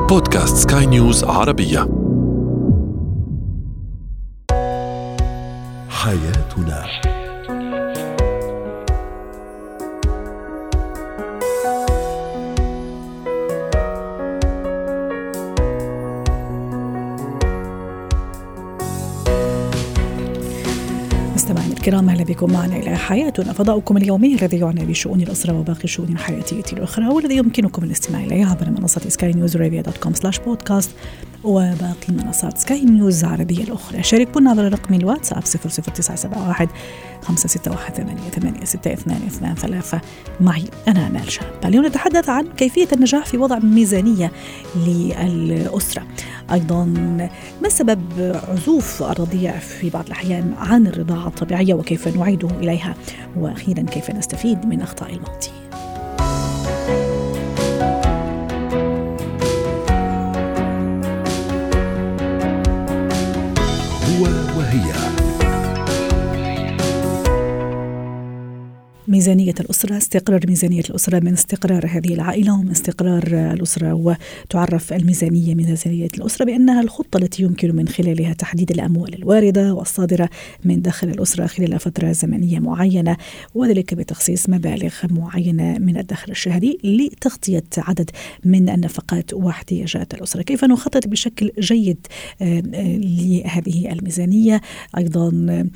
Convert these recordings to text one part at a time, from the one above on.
بودكاست سكاي نيوز عربية. حياتنا. مستمعينا الكرام، اهلا بكم معنا الى حياتنا، فضاؤكم اليومي الذي يعنى بشؤون الاسره وباقي الشؤون الحياتيه الاخرى، والذي يمكنكم الاستماع اليه عبر منصه skynewsarabia.com/podcast وباقي منصات سكاي نيوز العربيه الاخرى. شاركونا على رقم الواتساب 00971 561 معي أنا آمال شاب. اليوم نتحدث عن كيفية النجاح في وضع ميزانية للأسرة. أيضا ما سبب عزوف الرضيع في بعض الأحيان عن الرضاعة الطبيعية وكيف نعيده إليها، وأخيرا كيف نستفيد من أخطاء الماضي. ميزانية الأسرة، استقرار ميزانية الأسرة من استقرار هذه العائلة ومن استقرار الأسرة. وتعرف الميزانية ميزانية الأسرة بأنها الخطة التي يمكن من خلالها تحديد الأموال الواردة والصادرة من داخل الأسرة خلال فترة زمنية معينة، وذلك بتخصيص مبالغ معينة من الدخل الشهري لتغطية عدد من النفقات واحتياجات الأسرة. كيف نخطط بشكل جيد لهذه الميزانية؟ أيضا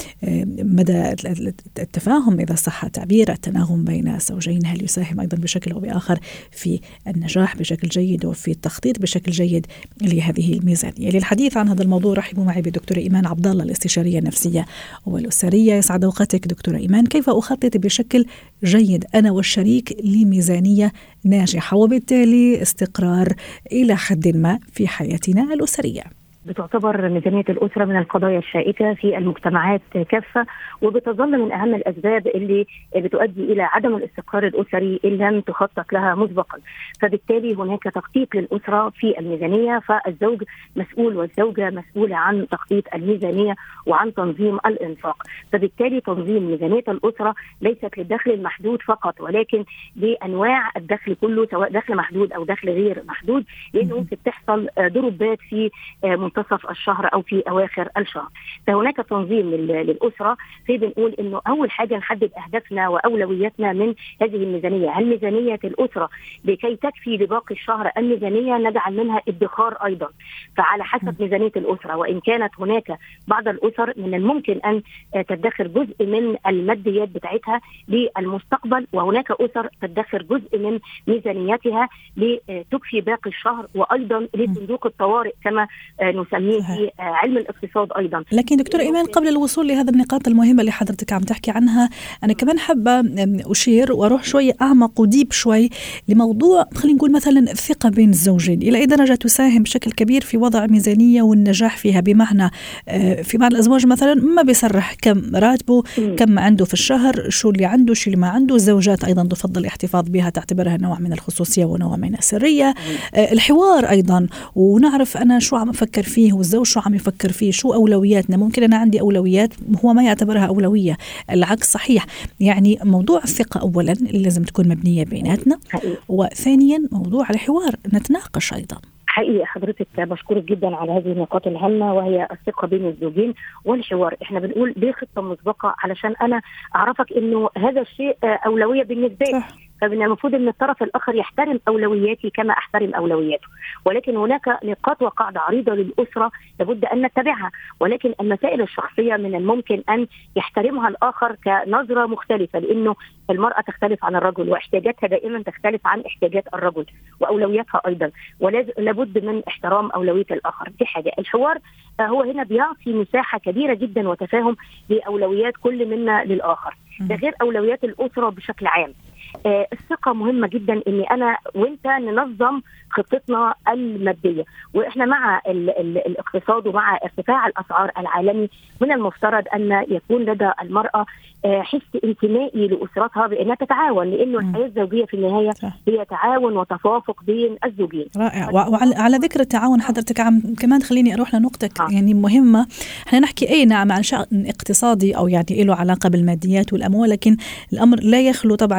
مدى التفاهم إذا صح التعبير، التناغم بين الزوجين، هل يساهم أيضا بشكل أو بآخر في النجاح بشكل جيد وفي التخطيط بشكل جيد لهذه الميزانية؟ للحديث عن هذا الموضوع رحبوا معي بدكتورة إيمان عبد الله، الاستشارية النفسية والأسرية. يسعد أوقاتك دكتورة إيمان. كيف أخطط بشكل جيد أنا والشريك لميزانية ناجحة وبالتالي استقرار إلى حد ما في حياتنا الأسرية؟ بتعتبر ميزانية الأسرة من القضايا الشائكة في المجتمعات كافة، وبتظل من أهم الأسباب اللي بتؤدي إلى عدم الاستقرار الأسري إن لم تخطط لها مسبقا. فبالتالي هناك تخطيط للأسرة في الميزانية، فالزوج مسؤول والزوجة مسؤولة عن تخطيط الميزانية وعن تنظيم الإنفاق. فبالتالي تنظيم ميزانية الأسرة ليست للدخل المحدود فقط، ولكن لأنواع الدخل كله، سواء دخل محدود أو دخل غير محدود، لأنه ممكن تحصل ضربات في منتصف الشهر أو في أواخر الشهر. فهناك تنظيم للأسرة. في بنقول إنه أول حاجة نحدد أهدافنا وأولوياتنا من هذه الميزانية. هل ميزانية الأسرة لكي تكفي لباقي الشهر أم ميزانية نجعل منها ادخار أيضا؟ فعلى حسب ميزانية الأسرة، وإن كانت هناك بعض الأسر من الممكن أن تدخر جزء من الماديات بتاعتها للمستقبل، وهناك أسر تدخر جزء من ميزانيتها لتكفي باقي الشهر، وأيضا لصندوق الطوارئ كما نسميه في علم الاقتصاد أيضا. لكن دكتور إيمان، قبل الوصول لهذا النقاط المهمة اللي حضرتك عم تحكي عنها، أنا كمان حابة أشير وأروح شوي أعمق وديب شوي لموضوع، خلينا نقول مثلا الثقة بين الزوجين، إلى أي درجة تساهم بشكل كبير في وضع ميزانية والنجاح فيها؟ بمعنى في بعض الأزواج مثلا ما بيصرح كم راتبه، كم عنده في الشهر، شو اللي عنده شو اللي ما عنده. الزوجات أيضا تفضل الاحتفاظ بها، تعتبرها نوع من الخصوصية ونوع من السرية. الحوار أيضا، ونعرف أنا شو عم أفكر فيه والزوج شو عم يفكر فيه، شو أولوياتنا. ممكن أنا عندي أولويات هو ما يعتبرها أولوية، العكس صحيح. يعني موضوع الثقة أولا اللي لازم تكون مبنية بيناتنا، وثانيا موضوع الحوار، نتناقش أيضا. حقيقة حضرتك بشكرك جدا على هذه النقاط الهامة، وهي الثقة بين الزوجين والحوار. احنا بنقول دي خطة مسبقة علشان أنا أعرفك إنه هذا الشيء أولوية بالنسبة لي، فمن المفروض أن الطرف الآخر يحترم أولوياتي كما أحترم أولوياته. ولكن هناك نقاط وقاعدة عريضة للأسرة لابد أن نتبعها، ولكن المسائل الشخصية من الممكن أن يحترمها الآخر كنظرة مختلفة، لأنه المرأة تختلف عن الرجل، واحتياجاتها دائما تختلف عن احتياجات الرجل، وأولوياتها أيضا، ولابد من احترام أولوية الآخر. دي حاجة. الحوار هو هنا بيعطي مساحة كبيرة جدا وتفاهم لأولويات كل منا للآخر، ده غير أولويات الأسرة بشكل عام. الثقة مهمة جدا، إني أنا وإنت ننظم خطتنا المادية. وإحنا مع الاقتصاد ومع ارتفاع الأسعار العالمي، من المفترض أن يكون لدى المرأة حس انتمائي لأسرتها بأنها تتعاون، لأنه الحياة الزوجية في النهاية هي تعاون وتفافق بين الزوجين. رائع. وعلى ذكر التعاون حضرتك كمان خليني أروح لنقطة يعني مهمة. احنا نحكي نعم عن شأن اقتصادي أو يعني له علاقة بالماديات والأموال، لكن الأمر لا يخلو طبعا من الحديث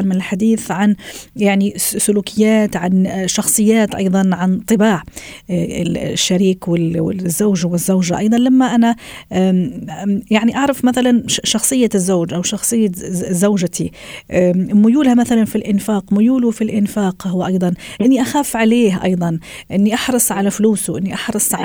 الحديث عن يعني سلوكيات، عن شخصيات، أيضا عن طباع الشريك والزوج والزوجة. أيضا لما أنا يعني أعرف مثلا شخصية الزوج أو شخصية زوجتي، ميولها مثلا في الإنفاق، ميوله في الإنفاق هو أيضا إني أخاف عليه، أيضا إني أحرص على فلوسه، إني أحرص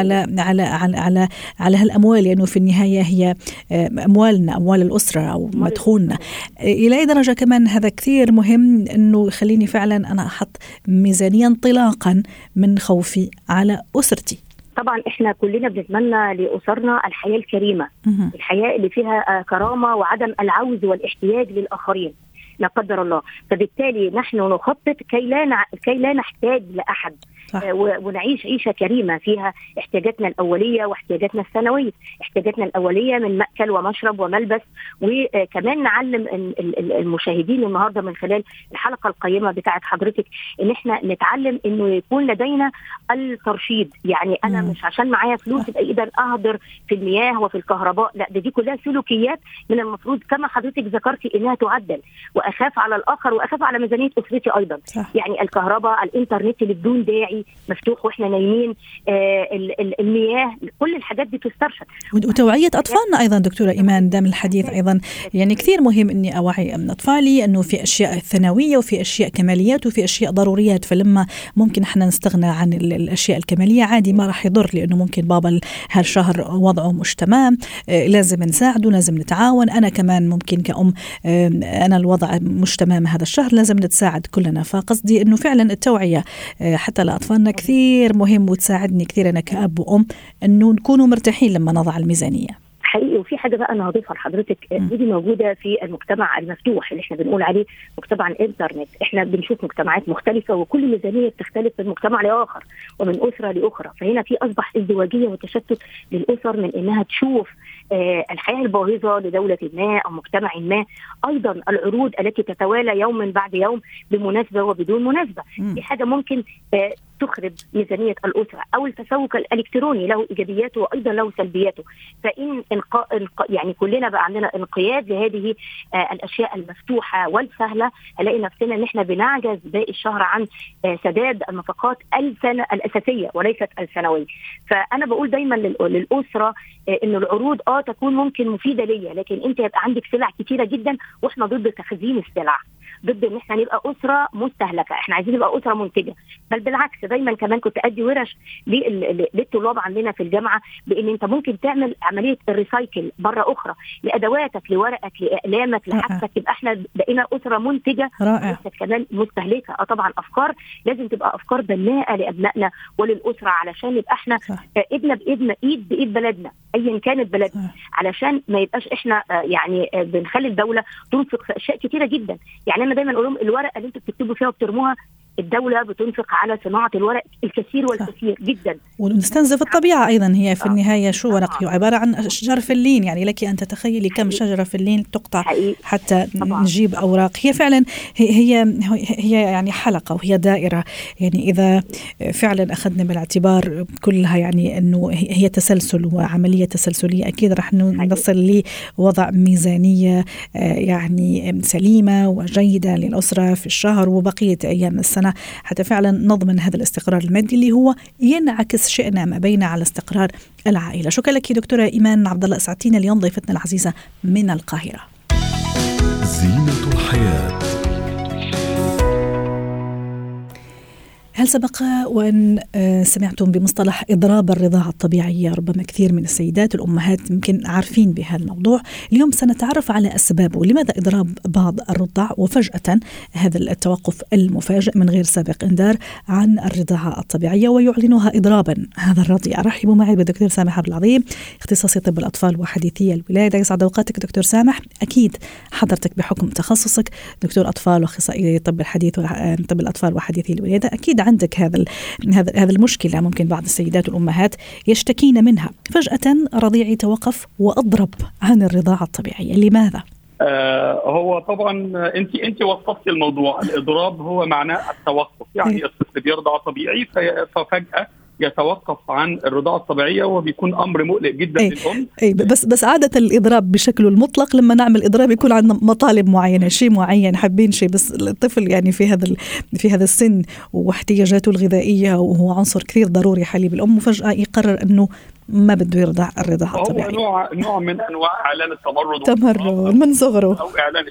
على هالأموال، لأنه في النهاية هي أموالنا، أموال الأسرة أو مدخولنا. إلى أي درجة كمان هذا كثير مهم إنه يخليني فعلا أنا أحط ميزانية انطلاقا من خوفي على أسرتي. طبعا احنا كلنا بنتمنى لأسرنا الحياة الكريمة، الحياة اللي فيها كرامة وعدم العوز والاحتياج للآخرين لا قدر الله. فبالتالي نحن نخطط كي لا نحتاج لأحد، ونعيش عيشة كريمة فيها احتياجاتنا الأولية واحتياجاتنا الثانوية. احتياجاتنا الأولية من مأكل ومشرب وملبس، وكمان نعلم المشاهدين النهاردة من خلال الحلقة القيمة بتاعت حضرتك ان احنا نتعلم انه يكون لدينا الترشيد. يعني انا مش عشان معايا فلوس يبقى اقدر اهدر في المياه وفي الكهرباء، لا، دي كلها سلوكيات من المفروض كما حضرتك ذكرتي انها تعدل. واخاف على الاخر واخاف على ميزانية اسرتي ايضا. يعني الكهرباء، الانترنت اللي بدون داعي مفتوح واحنا نايمين، المياه، كل الحاجات دي تسترشد. وتوعية أطفالنا أيضا دكتورة إيمان، دام الحديث أيضا يعني كثير مهم إني أوعي من أطفالي أنه في أشياء ثانوية وفي أشياء كماليات وفي أشياء ضروريات. فلما ممكن إحنا نستغنى عن الأشياء الكمالية عادي، ما راح يضر، لأنه ممكن بابا هالشهر وضعه مش تمام، لازم نساعده، لازم نتعاون. أنا كمان ممكن كأم أنا الوضع مش تمام هذا الشهر، لازم نتساعد كلنا. فقصدي أنه فعلا التوعية حتى لأطفالنا كثير مهم، وتساعدني كثير أنا كأب وأم أنه نكونوا مرتاحين لما نضع الميزانية. حقيقي. وفي حاجة بقى أنا هضيفها لحضرتك، ودي موجودة في المجتمع المفتوح اللي احنا بنقول عليه مجتمع الإنترنت. احنا بنشوف مجتمعات مختلفة وكل ميزانية بتختلف من مجتمع لآخر ومن أسرة لأخرى. فهنا في أصبح ازدواجية وتشتت للأسر من إنها تشوف الحياة الباهظة لدولة ما أو مجتمع ما. أيضا العروض التي تتوالى يوم بعد يوم بمناسبة وبدون مناسبة، دي حاجة ممكن تخرب ميزانية الأسرة. أو التسوق الإلكتروني له إيجابياته وأيضا له سلبياته. فإن يعني كلنا بقى عندنا انقياد لهذه الأشياء المفتوحة والسهلة، ألاقي نفسنا إن إحنا بنعجز باقي الشهر عن سداد النفقات الأساسية وليست الثانوية. فأنا بقول دايما للأسرة إنه العروض تكون ممكن مفيدة ليا، لكن أنت يبقى عندك سلع كتيرة جدا، وإحنا ضد تخزين السلع، ضد ان احنا نبقى اسره مستهلكه. احنا عايزين نبقى اسره منتجه. بل بالعكس، دايما كمان كنت ادي ورش للطلاب عندنا في الجامعه بان انت ممكن تعمل عمليه الريسايكل مره اخرى لادواتك، لورقك، لاقلامك، لحاجتك. يبقى احنا بقينا اسره منتجه كمان مستهلكه. طبعا افكار لازم تبقى افكار بناءه لابنائنا وللاسره، علشان يبقى احنا ايدنا بايدنا، ايد بايد بلدنا ايا كانت بلدنا، علشان ما يبقاش احنا يعني بنخلي الدوله تنفق في اشياء كتيره جدا. يعني انا دايما اقول لهم الورقه اللي انتوا بتكتبوا فيها وبترموها، الدولة بتنفق على صناعة الورق الكثير والكثير جدا. ونستنزف الطبيعة أيضا. هي في النهاية شو ورق؟ عبارة عن أشجار فلين. يعني لك أن تتخيلي كم شجرة فلين تقطع حتى نجيب أوراق. هي فعلا هي يعني حلقة وهي دائرة. يعني إذا فعلا أخذنا بالاعتبار كلها، يعني أنه هي تسلسل وعملية تسلسلية، أكيد رح نصل لوضع ميزانية يعني سليمة وجيدة للأسرة في الشهر وبقية أيام السنة، حتى فعلا نضمن هذا الاستقرار المادي اللي هو ينعكس شئنا ما بين على استقرار العائلة. شكرا لك دكتورة إيمان عبد الله، أسعدتينا اليوم ضيفتنا العزيزة من القاهرة. زينة الحياة. هل سبق وأن سمعتم بمصطلح إضراب الرضاعة الطبيعية؟ ربما كثير من السيدات الأمهات يمكن عارفين بهالموضوع. اليوم سنتعرف على أسبابه، لماذا إضراب بعض الرضع وفجأة هذا التوقف المفاجئ من غير سابق إنذار عن الرضاعة الطبيعية ويعلنها إضرابا هذا الرضيع. رحبوا معي بالدكتور سامح عبد العظيم، اختصاصي طب الأطفال وحديثي الولادة. يسعد أوقاتك دكتور سامح. أكيد حضرتك بحكم تخصصك دكتور أطفال وأخصائي طب الحديث طب الأطفال وحديثي الولادة، أكيد عندك هذا المشكلة. ممكن بعض السيدات والأمهات يشتكين منها. فجأة رضيعي توقف وأضرب عن الرضاعة الطبيعية، لماذا؟ هو طبعا انت وصفتي الموضوع. الإضراب هو معناه التوقف، يعني الطفل بيرضع طبيعي ففجأة يتوقف عن الرضاعة الطبيعية، وبيكون أمر مقلق جدا للأم. بس عادة الإضراب بشكله المطلق لما نعمل إضراب يكون عندنا مطالب معينة، شيء معين حابين شيء، بس الطفل يعني في هذا السن واحتياجاته الغذائية وهو عنصر كثير ضروري حليب الأم، وفجأة يقرر أنه ما بده يرضع الرضاعة الطبيعية. هو نوع من أنواع إعلان التمرد من صغره أو إعلان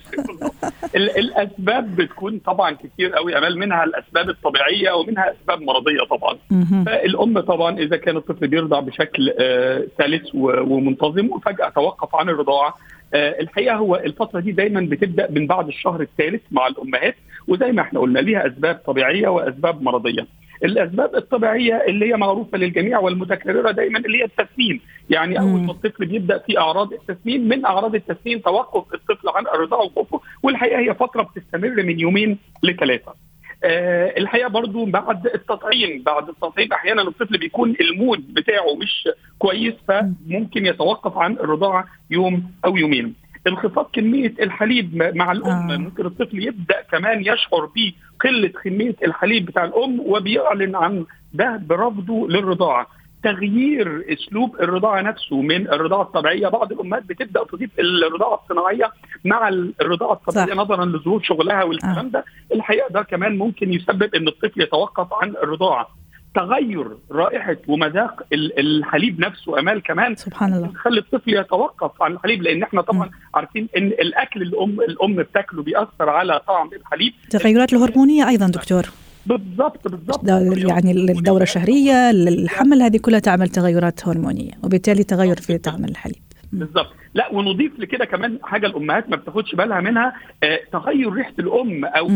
الأسباب بتكون طبعا كتير قوي أمال، منها الأسباب الطبيعية ومنها أسباب مرضية طبعا. فالأم طبعا إذا كان الطفل بيرضع بشكل سلس ومنتظم وفجأة توقف عن الرضاعة، الحقيقة هو الفترة دي دايما بتبدأ من بعد الشهر الثالث مع الأمهات، وزي ما احنا قلنا ليها أسباب طبيعية وأسباب مرضية. الأسباب الطبيعية اللي هي معروفة للجميع والمتكررة دايما اللي هي التسمين، يعني أول ما الطفل بيبدأ في أعراض التسمين، من أعراض التسمين توقف الطفل عن الرضاعة وقفه، والحقيقة هي فترة بتستمر من 2 ل3. الحقيقة برضو بعد التطعيم أحيانا الطفل بيكون المود بتاعه مش كويس، فممكن يتوقف عن الرضاعة يوم أو يومين. انخفاض كمية الحليب مع الأم، ممكن الطفل يبدأ كمان يشعر بقلة كمية الحليب بتاع الأم وبيعلن عن ده برفضه للرضاعة. تغيير أسلوب الرضاعة نفسه من الرضاعة الطبيعية، بعض الأمهات بتبدأ تضيف الرضاعة الصناعية مع الرضاعة الطبيعية نظرا لظروف شغلها والكلام ده. الحقيقة ده كمان ممكن يسبب أن الطفل يتوقف عن الرضاعة. تغير رائحة ومذاق الحليب نفسه أمال كمان سبحان الله تخلي الطفل يتوقف عن الحليب، لأن احنا طبعا عارفين أن الأكل الأم بتاكله بيأثر على طعم الحليب. تغيرات الهرمونية أيضا دكتور. بالضبط يعني الدورة الشهرية، الحمل، هذه كلها تعمل تغيرات هرمونية وبالتالي تغير في طعم الحليب. بالضبط. لا، ونضيف لكده كمان حاجة الأمهات ما بتاخدش بالها منها، تغير ريحة الأم أو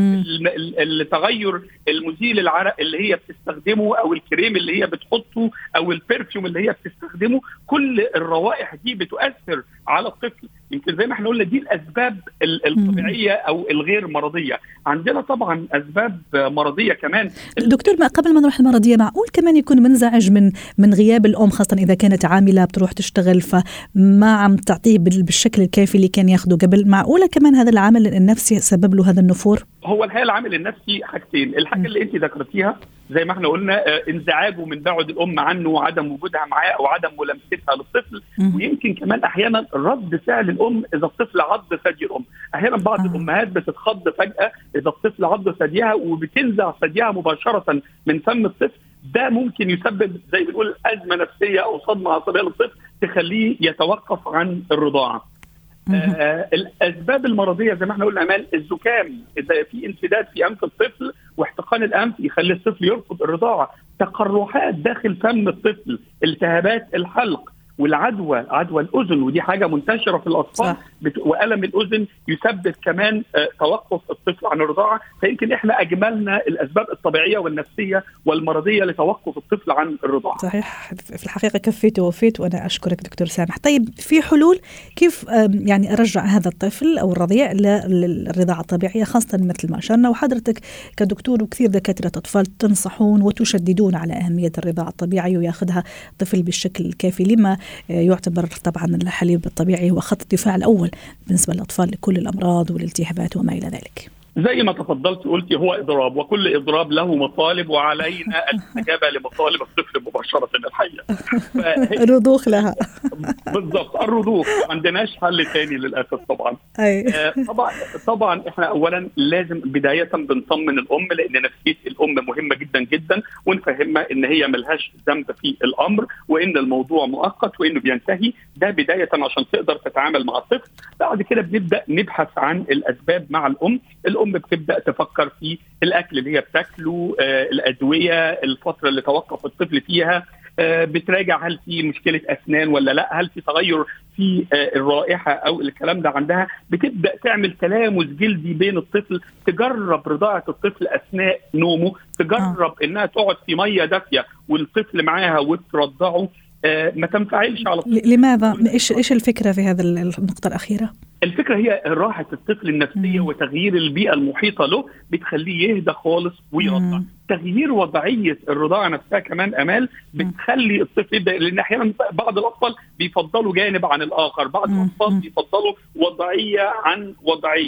التغير المزيل العرق اللي هي بتستخدمه أو الكريم اللي هي بتحطه أو البرفيوم اللي هي بتستخدمه، كل الروائح دي بتؤثر على الطفل. يمكن زي ما احنا قلنا دي الأسباب الطبيعية أو الغير مرضية. عندنا طبعا أسباب مرضية كمان. دكتور، ما قبل ما نروح المرضية، معقول كمان يكون منزعج من غياب الأم، خاصة إذا كانت عاملة بتروح تشتغل فما عم تعطيه بالشكل الكافي اللي كان ياخده قبل؟ معقولة كمان هذا العامل النفسي سبب له هذا النفور؟ هو الحقيقة العامل النفسي حاجتين. الحاجة اللي انت ذكرتيها زي ما احنا قلنا، انزعاجه من بعد الأم عنه وعدم وجودها معاه أو عدم ملامستها للطفل، ويمكن كمان أحيانا رد فعل الأم إذا الطفل عض ثدي الأم. أحيانا بعض الأمهات بتتخض فجأة إذا الطفل عض ثديها وبتنزع ثديها مباشرة من فم الطفل. ده ممكن يسبب زي ما بنقول أزمة نفسية أو صدمة عصبية للطفل تخليه يتوقف عن الرضاعة. الأسباب المرضية زي ما احنا قلنا أمال، الزكام، إذا في انسداد في أنف الطفل واحتقان الأنف يخلي الطفل يرفض الرضاعة. تقرحات داخل فم الطفل، التهابات الحلق، والعدوى، عدوى الأذن، ودي حاجة منتشرة في الأطفال، وألم الأذن يسبب كمان توقف الطفل عن الرضاعة. فيمكن إحنا أجملنا الأسباب الطبيعية والنفسية والمرضية لتوقف الطفل عن الرضاعة. صحيح، في الحقيقة كفيت ووفيت، وأنا أشكرك دكتور سامح. طيب، في حلول كيف يعني أرجع هذا الطفل أو الرضيع للرضاعة الطبيعية، خاصة مثل ما أشرنا وحضرتك كدكتور وكثير دكاترة أطفال تنصحون وتشددون على أهمية الرضاعة الطبيعية ويأخذها الطفل بالشكل الكافي، لما يعتبر طبعا الحليب الطبيعي هو خط الدفاع الأول بالنسبة للأطفال لكل الأمراض والالتهابات وما إلى ذلك. زي ما تفضلت قلتي، هو إضراب، وكل إضراب له مطالب، وعلينا الاستجابة لمطالب الطفل مباشرة الحقيقة. الرضوخ لها. بالضبط، الرضوخ، ما عندناش حل تاني للأسف طبعا. طبعا احنا أولا لازم بداية بنطمن الأم، لأن نفسية الأم مهمة جدا جدا، ونفهمها إن هي ملهاش ذنب في الأمر، وإن الموضوع مؤقت وإنه بينتهي. ده بداية عشان تقدر تتعامل مع الطفل. بعد كده بنبدأ نبحث عن الأسباب مع الأم بتبدأ تفكر في الأكل اللي هي بتاكله، الأدوية، الفترة اللي توقف الطفل فيها، بتراجع هل في مشكلة أسنان ولا لا، هل في تغير في الرائحة أو الكلام ده عندها. بتبدأ تعمل تلامس جلدي بين الطفل، تجرب رضاعة الطفل أثناء نومه، تجرب إنها تقعد في مية دافية والطفل معاها وترضعه. ما تنفعلش على الطفل. لماذا؟ إيش الفكرة في هذا النقطة الأخيرة؟ الفكرة هي راحة الطفل النفسية وتغيير البيئة المحيطة له بتخليه يهدى خالص ويرضع. تغيير وضعية الرضاعة نفسها كمان أمال بتخلي الطفل يبدأ، لأن أحيانا بعض الأطفال بيفضلوا جانب عن الآخر، بعض الأطفال بيفضلوا وضعية عن وضعية.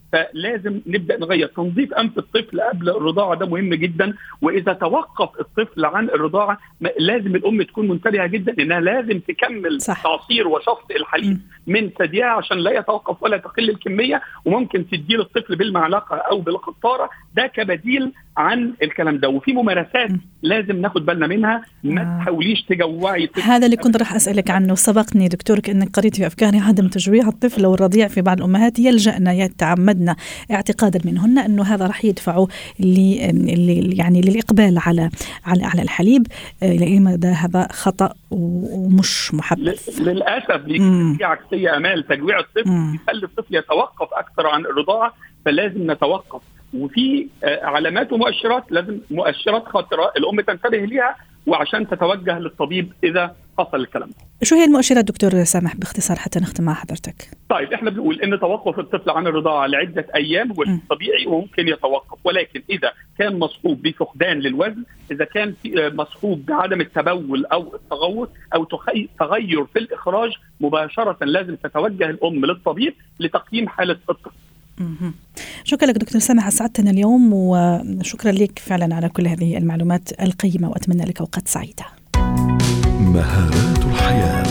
فلازم نبدا نغير. تنظيف انف الطفل قبل الرضاعه ده مهم جدا، واذا توقف الطفل عن الرضاعه لازم الام تكون منتبهه جدا انها لازم تكمل تعصير وشفط الحليب من ثديها عشان لا يتوقف ولا تقل الكميه، وممكن تديه للطفل بالمعلقه او بالقطاره، ده كبديل عن الكلام ده. وفي ممارسات لازم ناخد بالنا منها، ما تحاوليش تجوعي الطفل. هذا اللي كنت راح اسالك عنه، سبقني دكتورك انك قريت في افكاري عدم تجويع الطفل والرضيع في بعض الامهات يلجأنا يتعمدنا اعتقادا منهن انه هذا راح يدفعه يعني للاقبال على الحليب، الى مدى هذا خطأ ومش محبب للاسف. في عكسيه امال، تجويع الطفل يخلي الطفل يتوقف اكثر عن الرضاعه، فلازم نتوقف. وفي علامات ومؤشرات، لازم مؤشرات خطره الام تنتبه ليها وعشان تتوجه للطبيب اذا حصل الكلام ده. شو هي المؤشرات دكتور سامح باختصار حتى نختم مع حضرتك؟ طيب احنا بنقول ان توقف الطفل عن الرضاعه لعده ايام هو طبيعي وممكن يتوقف، ولكن اذا كان مصحوب بفقدان للوزن، اذا كان مصحوب بعدم التبول او التغوط او تغير في الاخراج، مباشره لازم تتوجه الام للطبيب لتقييم حاله الطفل. شكرا لك دكتور سامح، أسعدتنا اليوم، وشكرا لك فعلا على كل هذه المعلومات القيمة، وأتمنى لك أوقات سعيدة. مهارات الحياة.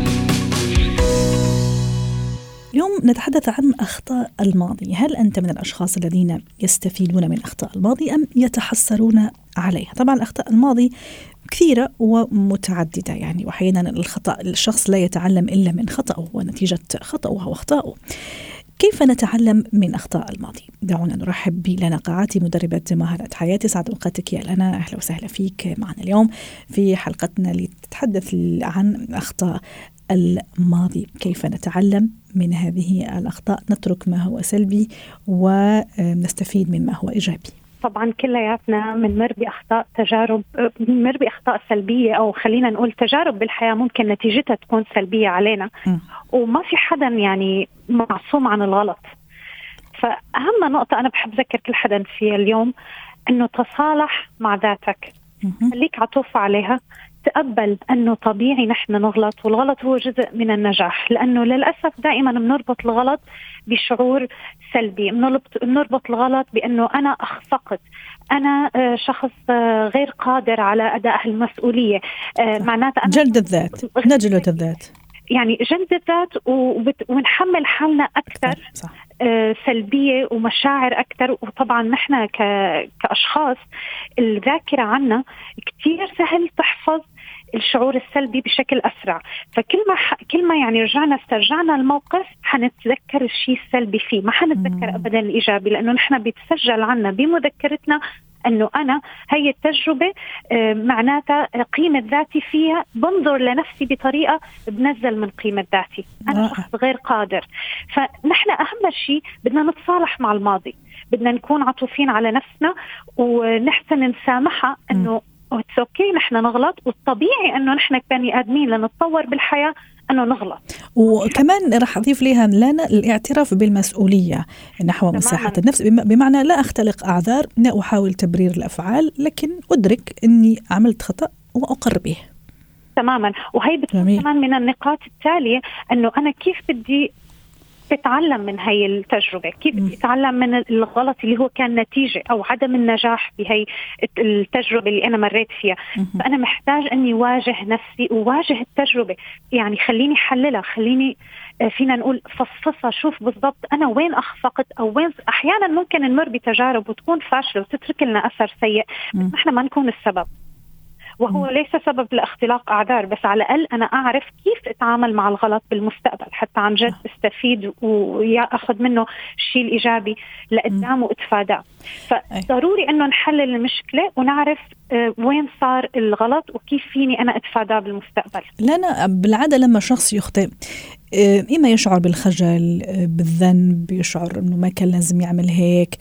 اليوم نتحدث عن أخطاء الماضي. هل أنت من الأشخاص الذين يستفيدون من أخطاء الماضي أم يتحسرون عليها؟ طبعا أخطاء الماضي كثيرة ومتعددة، يعني وأحيانا الخطأ الشخص لا يتعلم إلا من خطأه ونتيجة خطأه وأخطائه. كيف نتعلم من أخطاء الماضي؟ دعونا نرحب بلنا قاعاتي مدربة مهارات حياتي. سعد أوقاتك يا لنا، أهلا وسهلا فيك معنا اليوم في حلقتنا لتتحدث عن أخطاء الماضي. كيف نتعلم من هذه الأخطاء، نترك ما هو سلبي ونستفيد مما هو إيجابي. طبعا كلياتنا بنمر بأخطاء تجارب، بنمر بأخطاء سلبية، أو خلينا نقول تجارب بالحياة ممكن نتيجتها تكون سلبية علينا. وما في حدا يعني معصوم عن الغلط. فأهم نقطة أنا بحب أذكر كل حدا فيها اليوم أنه تصالح مع ذاتك، خليك عطوف عليها، تقبل أنه طبيعي نحن نغلط، والغلط هو جزء من النجاح. لأنه للأسف دائما بنربط الغلط بشعور سلبي، بنربط الغلط بأنه أنا أخفقت، أنا شخص غير قادر على أداء المسؤولية، معناتها جلد الذات، نجلد الذات، يعني جلد الذات، ونحمل حالنا أكثر سلبية ومشاعر أكثر. وطبعا نحن كأشخاص الذاكرة عنا كتير سهل تحفظ الشعور السلبي بشكل أسرع، فكل ما يعني استرجعنا الموقف حنتذكر الشيء السلبي فيه، ما حنتذكر أبدا الإيجابي، لأنه نحن بيتسجل عنا بمذكرتنا أنه أنا هي التجربة معناتها قيمة ذاتي فيها، بنظر لنفسي بطريقة بنزل من قيمة ذاتي، أنا شخص غير قادر. فنحن أهم شيء بدنا نتصالح مع الماضي، بدنا نكون عطوفين على نفسنا ونحسن نسامحها أنه أوكي نحن نغلط، والطبيعي أنه نحن كبني آدمين لنتطور بالحياة أنه نغلط. وكمان رح أضيف لها لنا الاعتراف بالمسؤولية نحو مساحة النفس، بمعنى لا أختلق أعذار، لا أحاول تبرير الأفعال، لكن أدرك أني عملت خطأ وأقر به. تماما. وهي بتكون كمان من النقاط التالية، أنه أنا كيف بدي تتعلم من هاي التجربة، كيف تتعلم من الغلط اللي هو كان نتيجة أو عدم النجاح بهاي التجربة اللي أنا مريت فيها. فأنا محتاج أني واجه نفسي وواجه التجربة، يعني خليني حللها، خليني فينا نقول فصصها، شوف بالضبط أنا وين أخفقت أو وين. أحيانا ممكن نمر بتجارب وتكون فاشلة وتترك لنا أثر سيء، بس نحن ما نكون السبب، وهو ليس سبب لاختلاق أعذار، بس على الأقل أنا أعرف كيف أتعامل مع الغلط بالمستقبل حتى عن جد استفيد ويأخذ منه الشيء الإيجابي لقدام واتفاداه. فضروري أنه نحلل المشكلة ونعرف وين صار الغلط وكيف فيني أنا أتفاداه بالمستقبل. لأنا بالعادة لما شخص يخطئ إما يشعر بالخجل، بالذنب، يشعر أنه ما كان لازم يعمل هيك.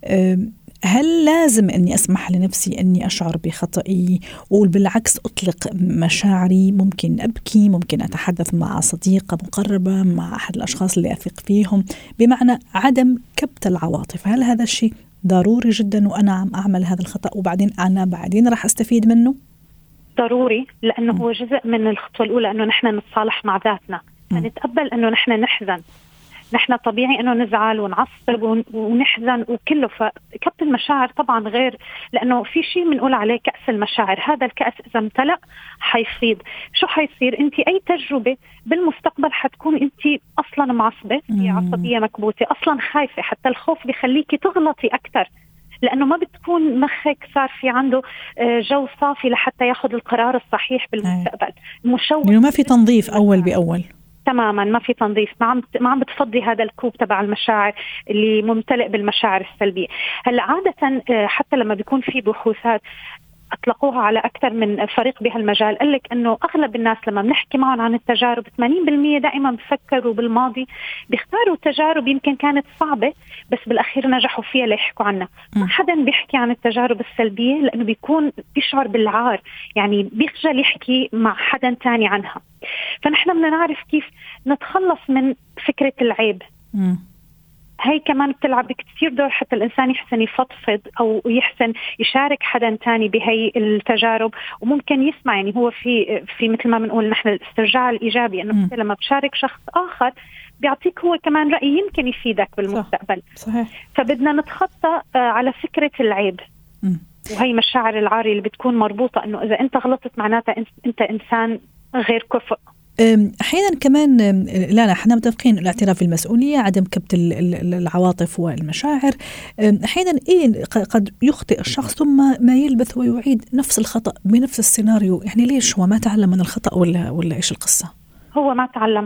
هل لازم أني أسمح لنفسي أني أشعر بخطئي وبالعكس أطلق مشاعري؟ ممكن أبكي، ممكن أتحدث مع صديقة مقربة، مع أحد الأشخاص اللي أثق فيهم، بمعنى عدم كبت العواطف. هل هذا الشيء ضروري جدا وأنا عم أعمل هذا الخطأ وبعدين راح أستفيد منه؟ ضروري، لأنه هو جزء من الخطوة الأولى، أنه نحن نتصالح مع ذاتنا، نتقبل أنه نحن نحزن، نحن طبيعي انه نزعل ونعصب ونحزن وكله. فكبت المشاعر طبعا غير، لانه في شيء بنقول عليه كأس المشاعر. هذا الكأس اذا امتلأ حيفيض. شو حيصير؟ انت اي تجربة بالمستقبل حتكون انت اصلا معصبة، في عصبية مكبوتة، اصلا خايفة. حتى الخوف بيخليكي تغلطي اكثر، لأنه ما بتكون مخك صار في عنده جو صافي لحتى ياخذ القرار الصحيح بالمستقبل. مشوش، لأنه ما في تنظيف أول بأول. تماما ما في تنظيف، ما عم بتفضي هذا الكوب تبع المشاعر اللي ممتلئ بالمشاعر السلبية. هلا عادة حتى لما بيكون في بحوثات أطلقوها على أكثر من فريق بهالمجال، قال لك أنه أغلب الناس لما بنحكي معهم عن التجارب 80% دائما بفكروا بالماضي، بيختاروا تجارب يمكن كانت صعبة بس بالأخير نجحوا فيها ليحكوا عنها. ما حدا بيحكي عن التجارب السلبية لأنه بيكون بيشعر بالعار، يعني بيخجل يحكي مع حدا تاني عنها. فنحن بدنا نعرف كيف نتخلص من فكرة العيب. هاي كمان بتلعب كتير دور حتى الإنسان يحسن يفضفض أو يحسن يشارك حدا تاني بهاي التجارب، وممكن يسمع. يعني هو في مثل ما بنقول نحن الاسترجاع الإيجابي، أنه لما بشارك شخص آخر بيعطيك هو كمان رأي يمكن يفيدك بالمستقبل. صحيح. فبدنا نتخطى على فكرة العيب. وهي مشاعر العار اللي بتكون مربوطة أنه إذا أنت غلطت معناتها أنت إنسان غير كفء. أحيانا كمان لا احنا متفقين الاعتراف بالمسؤولية، عدم كبت العواطف والمشاعر. أحيانا قد يخطئ الشخص ثم ما يلبث ويعيد نفس الخطأ بنفس السيناريو. يعني ليش هو ما تعلم من الخطأ ولا إيش القصة؟ هو ما تعلم.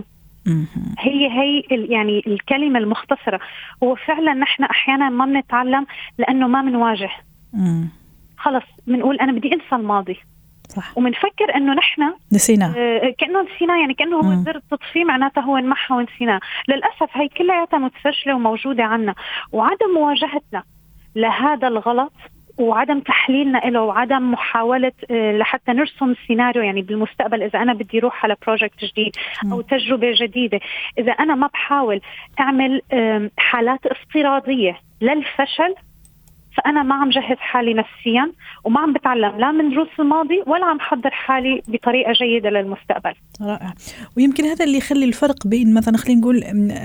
هي يعني الكلمة المختصرة. هو فعلا نحن أحيانا ما بنتعلم لأنه ما بنواجه. خلص بنقول أنا بدي أنسى الماضي. صح. ومنفكر انه نحن نسينا، كأنه نسينا، يعني كأنه هو زر تطفيه معناته هو انمحى ونسينا. للأسف هي كلها متفشلة وموجودة عنا، وعدم مواجهتنا لهذا الغلط وعدم تحليلنا له وعدم محاولة لحتى نرسم سيناريو. يعني بالمستقبل إذا أنا بدي روح على بروجكت جديد أو تجربة جديدة، إذا أنا ما بحاول أعمل حالات افتراضية للفشل، فأنا ما عم جهز حالي نفسيا وما عم بتعلم لا من دروس الماضي ولا عم حضر حالي بطريقة جيدة للمستقبل. رائع. ويمكن هذا اللي يخلي الفرق بين مثلا خلينا نقول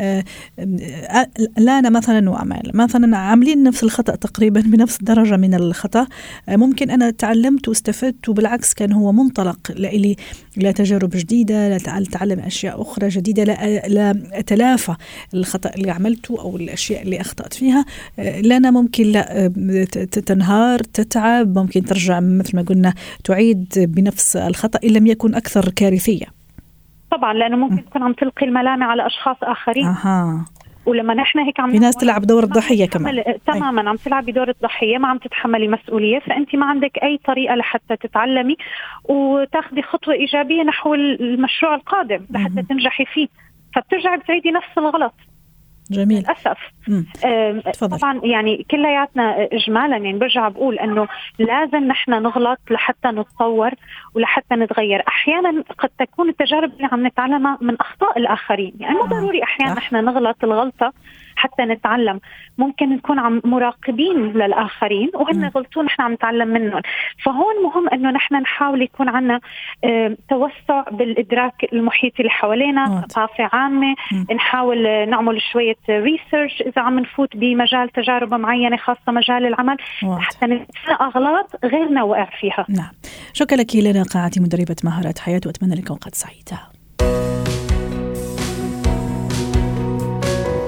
لانا مثلا وأمال مثلا عاملين نفس الخطأ تقريبا بنفس الدرجة من الخطأ. ممكن أنا تعلمت واستفدت وبالعكس كان هو منطلق لإلي لتجارب جديدة، لأتعلم أشياء أخرى جديدة، لا أتلافى الخطأ اللي عملته أو الأشياء اللي أخطأت فيها. لانا ممكن لا تنهار، تتعب، ممكن ترجع مثل ما قلنا تعيد بنفس الخطأ إن لم يكن أكثر كارثية. طبعا لأنه ممكن تكون عم تلقي الملامة على أشخاص آخرين. ولما نحن هيك عم في ناس تلعب دور الضحية كمان. تماما عم تلعب بدور الضحية، ما عم تتحملي مسؤولية، فأنت ما عندك أي طريقة لحتى تتعلمي وتاخدي خطوة إيجابية نحو المشروع القادم لحتى تنجحي فيه، فبترجعي بتعيدي نفس الغلط. جميل. للأسف. طبعا يعني كلياتنا إجمالا يعني برجع بقول أنه لازم نحن نغلط لحتى نتطور ولحتى نتغير. أحيانا قد تكون التجارب اللي عم نتعلمها من أخطاء الآخرين، يعني مو ضروري أحيانا نحن نغلط الغلطة حتى نتعلم. ممكن نكون عم مراقبين للآخرين وهم غلطون نحن عم نتعلم منهم. فهون مهم أنه نحن نحاول يكون عنا توسع بالإدراك المحيطي اللي حوالينا، ثقافة عامة، نحاول نعمل شوية ريسيرش إذا عم نفوت بمجال تجارب معينة خاصة مجال العمل حتى نتفادى أغلاط غيرنا وقع فيها. نعم. شكرا لك لنا قاعتي مدربة مهارات حياة، وأتمنى لك أوقات سعيدة.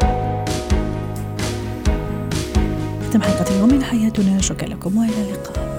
حلقة اليوم من حياتنا، شكرا لكم وإلى اللقاء.